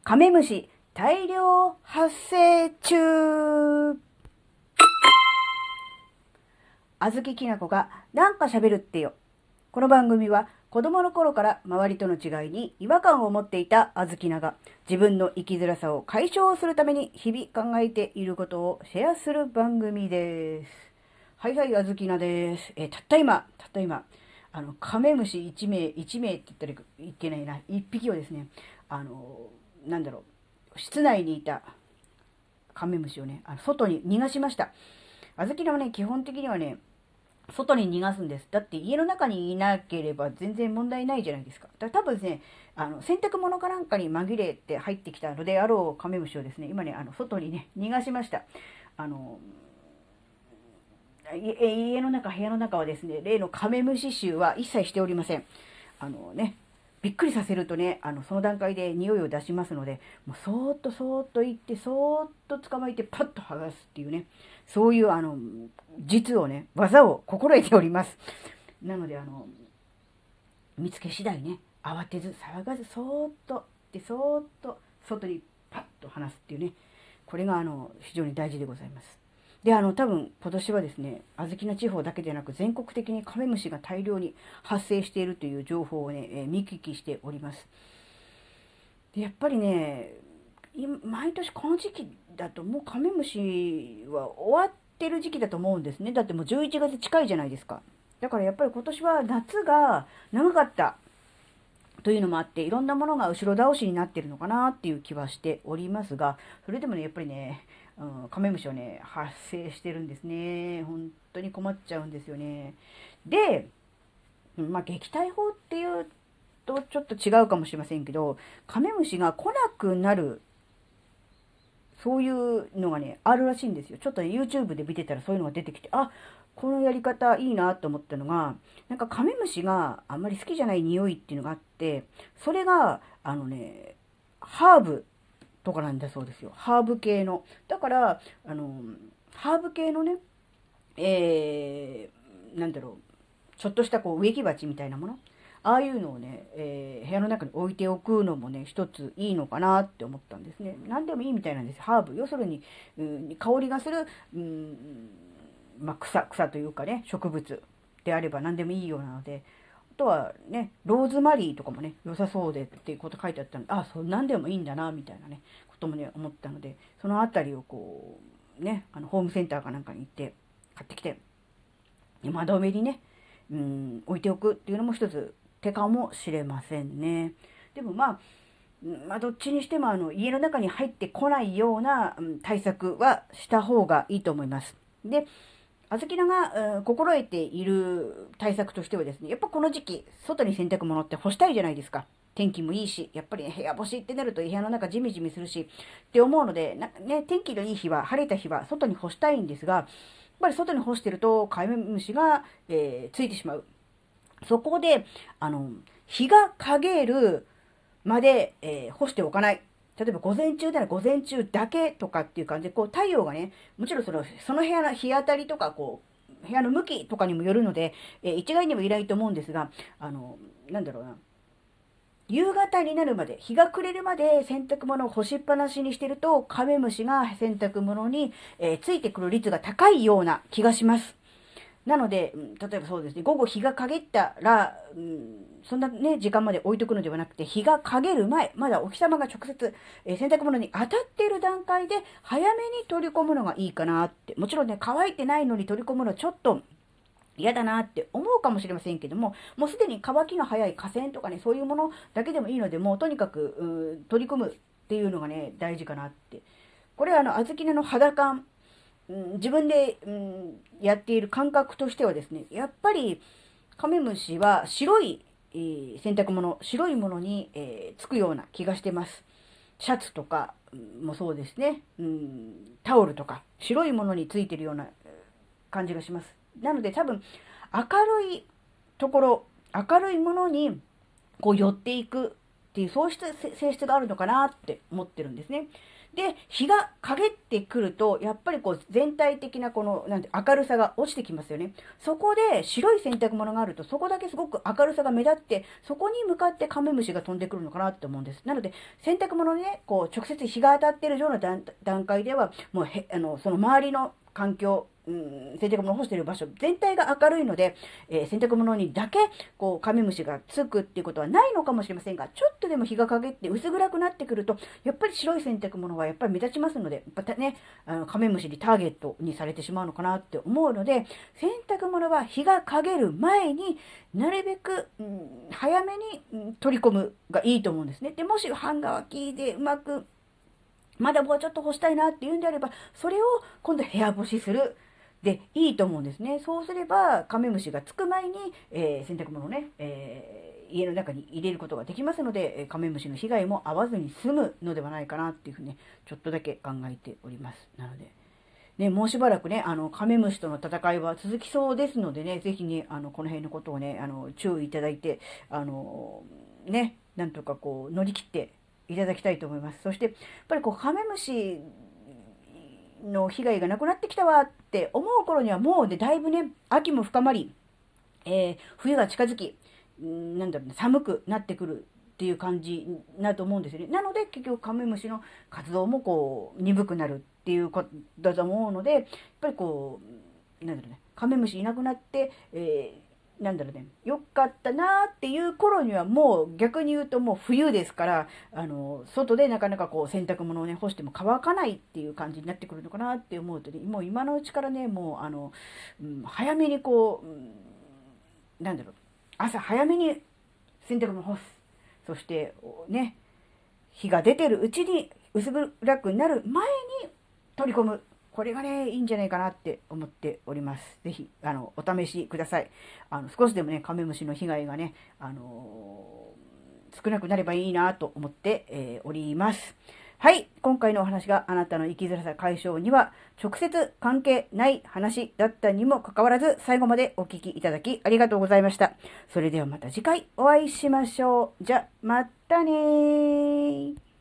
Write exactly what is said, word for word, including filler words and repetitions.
カメムシ大量発生中。あずききなこがなんか喋るってよ。この番組は子供の頃から周りとの違いに違和感を持っていたあずきなが自分の生きづらさを解消するために日々考えていることをシェアする番組です。はいはい、あずきなです。えー、たった今、たった今、あの、カメムシいち名、いち名って言ったら言ってないな、いっぴきをですね、あの、なんだろう、室内にいたカメムシをね、あの外に逃がしました。あずきなはね、基本的にはね、外に逃がすんです。だって家の中にいなければ全然問題ないじゃないですか。だから多分ですね、あの、洗濯物かなんかに紛れて入ってきたのであろうカメムシをですね、今ね、あの、外にね、逃がしました。あの、家の中、部屋の中はですね、例のカメムシ臭は一切しておりません。あのね、びっくりさせるとね、あの、その段階で匂いを出しますので、もうそーっとそーっと行って、そーっと捕まえてパッと剥がすっていうね、そういうあの、実をね、技を心得ております。なので、あの、見つけ次第ね、慌てず騒がず、そーっと、で、そーっと外にパッと離すっていうね、これがあの、非常に大事でございます。で、あの、多分今年はですね、小豆の地方だけでなく全国的にカメムシが大量に発生しているという情報をね、えー、見聞きしております。で、やっぱりね、毎年この時期だともうカメムシは終わってる時期だと思うんですね。だってもうじゅういちがつ近いじゃないですか。だからやっぱり今年は夏が長かったというのもあって、いろんなものが後ろ倒しになってるのかなっていう気はしておりますが、それでもね、やっぱりね、うん、カメムシはね、発生してるんですね。本当に困っちゃうんですよね。で、まあ、撃退法っていうとちょっと違うかもしれませんけど、カメムシが来なくなる、そういうのがね、あるらしいんですよ。ちょっとね、YouTube で見てたらそういうのが出てきて、あ、このやり方いいなと思ったのが、なんかカメムシがあんまり好きじゃない匂いっていうのがあって、それが、あのね、ハーブとかなんだそうですよ。ハーブ系の。だから、あの、ハーブ系のね、えー、なんだろう、ちょっとしたこう植木鉢みたいなもの。ああいうのをね、えー、部屋の中に置いておくのもね、一ついいのかなって思ったんですね。何でもいいみたいなんです。ハーブ。要するに、うん、香りがする、うん、まあ、草、草というかね、植物であれば何でもいいようなので、あとはね、ローズマリーとかもね、良さそうでっていうこと書いてあったので、あ、そう、何でもいいんだな、みたいなね、こともね、思ったので、そのあたりをこう、ね、あの、ホームセンターかなんかに行って、買ってきて、窓辺にね、うん、置いておくっていうのも一つ手かもしれませんね。でもまあ、まあ、どっちにしてもあの家の中に入ってこないような、うん、対策はした方がいいと思います。で、あずきなが、うん、心得ている対策としてはですね、やっぱこの時期、外に洗濯物って干したいじゃないですか。天気もいいし、やっぱり、ね、部屋干しってなると部屋の中ジメジメするし、って思うので、なね、天気のいい日は、晴れた日は外に干したいんですが、やっぱり外に干してると、カメムシが、えー、ついてしまう。そこで、あの、日が陰るまで、えー、干しておかない。例えば午前中なら午前中だけとかっていう感じで、こう太陽がね、もちろんその、その部屋の日当たりとか、こう、部屋の向きとかにもよるので、えー、一概にもいないと思うんですが、あの、なんだろうな。夕方になるまで、日が暮れるまで洗濯物を干しっぱなしにしてると、カメムシが洗濯物に、えー、ついてくる率が高いような気がします。なので、例えばそうですね、午後日が陰ったら、うん、そんなね、時間まで置いとくのではなくて、日が陰る前、まだお日様が直接、えー、洗濯物に当たっている段階で、早めに取り込むのがいいかなって。もちろんね、乾いてないのに取り込むのはちょっと嫌だなって思うかもしれませんけども、もうすでに乾きが早い河川とかね、そういうものだけでもいいので、もうとにかく、取り込むっていうのがね、大事かなって。これはあの、小豆菜の肌感、うん、自分で、うん、やっている感覚としてはですね、やっぱりカメムシは白い、えー、洗濯物、白いものに、えー、つくような気がしてます。シャツとかもそうですね、うん、タオルとか白いものについてるような感じがします。なので多分明るいところ、明るいものにこう寄っていくっていう、そうした性質があるのかなって思ってるんですね。 で、日が陰ってくると、やっぱりこう全体的なこの、なんて明るさが落ちてきますよね。そこで白い洗濯物があると、そこだけすごく明るさが目立って、そこに向かってカメムシが飛んでくるのかなって思うんです。なので、洗濯物にね、こう直接日が当たってるような段階では、もうへ、あの、その周りの環境、うん、洗濯物を干している場所全体が明るいので、えー、洗濯物にだけこうカメムシがつくっていうことはないのかもしれませんが、ちょっとでも日が陰って薄暗くなってくると、やっぱり白い洗濯物はやっぱり目立ちますので、またね、あのカメムシにターゲットにされてしまうのかなって思うので、洗濯物は日が陰る前になるべく、うん、早めに、うん、取り込むがいいと思うんですね。で、もしハンガー脇でうまくまだもうちょっと干したいなっていうんであれば、それを今度部屋干しする。で、いいと思うんですね。そうすれば、カメムシがつく前に、えー、洗濯物をね、えー、家の中に入れることができますので、カメムシの被害も合わずに済むのではないかなっていうふうにね、ちょっとだけ考えております。なので、ね、もうしばらくね、あの、カメムシとの戦いは続きそうですのでね、ぜひね、あの、この辺のことをね、あの、注意いただいて、あの、ね、なんとかこう、乗り切っていただきたいと思います。そして、やっぱりこう、カメムシの被害がなくなってきたわって思う頃にはもうね、だいぶね、秋も深まり、えー、冬が近づき、んなんだろうね、寒くなってくるっていう感じだと思うんですよね。なので、結局カメムシの活動もこう、鈍くなるっていうことだと思うので、やっぱりこう、なんだろうね、カメムシいなくなって、えーなんだろうね、よかったなーっていう頃にはもう逆に言うともう冬ですから、あの、外でなかなかこう洗濯物をね、干しても乾かないっていう感じになってくるのかなって思うとね、もう今のうちからね、もうあの、うん、早めにこう、うん、なんだろう、朝早めに洗濯物を干す。そしてね、日が出てるうちに薄暗くなる前に取り込む。これがね、いいんじゃないかなって思っております。ぜひ、あの、お試しください。あの、少しでもね、カメムシの被害がね、あのー、少なくなればいいなと思って、えー、おります。はい。今回のお話があなたの生きづらさ解消には直接関係ない話だったにもかかわらず、最後までお聞きいただきありがとうございました。それではまた次回お会いしましょう。じゃ、またねー。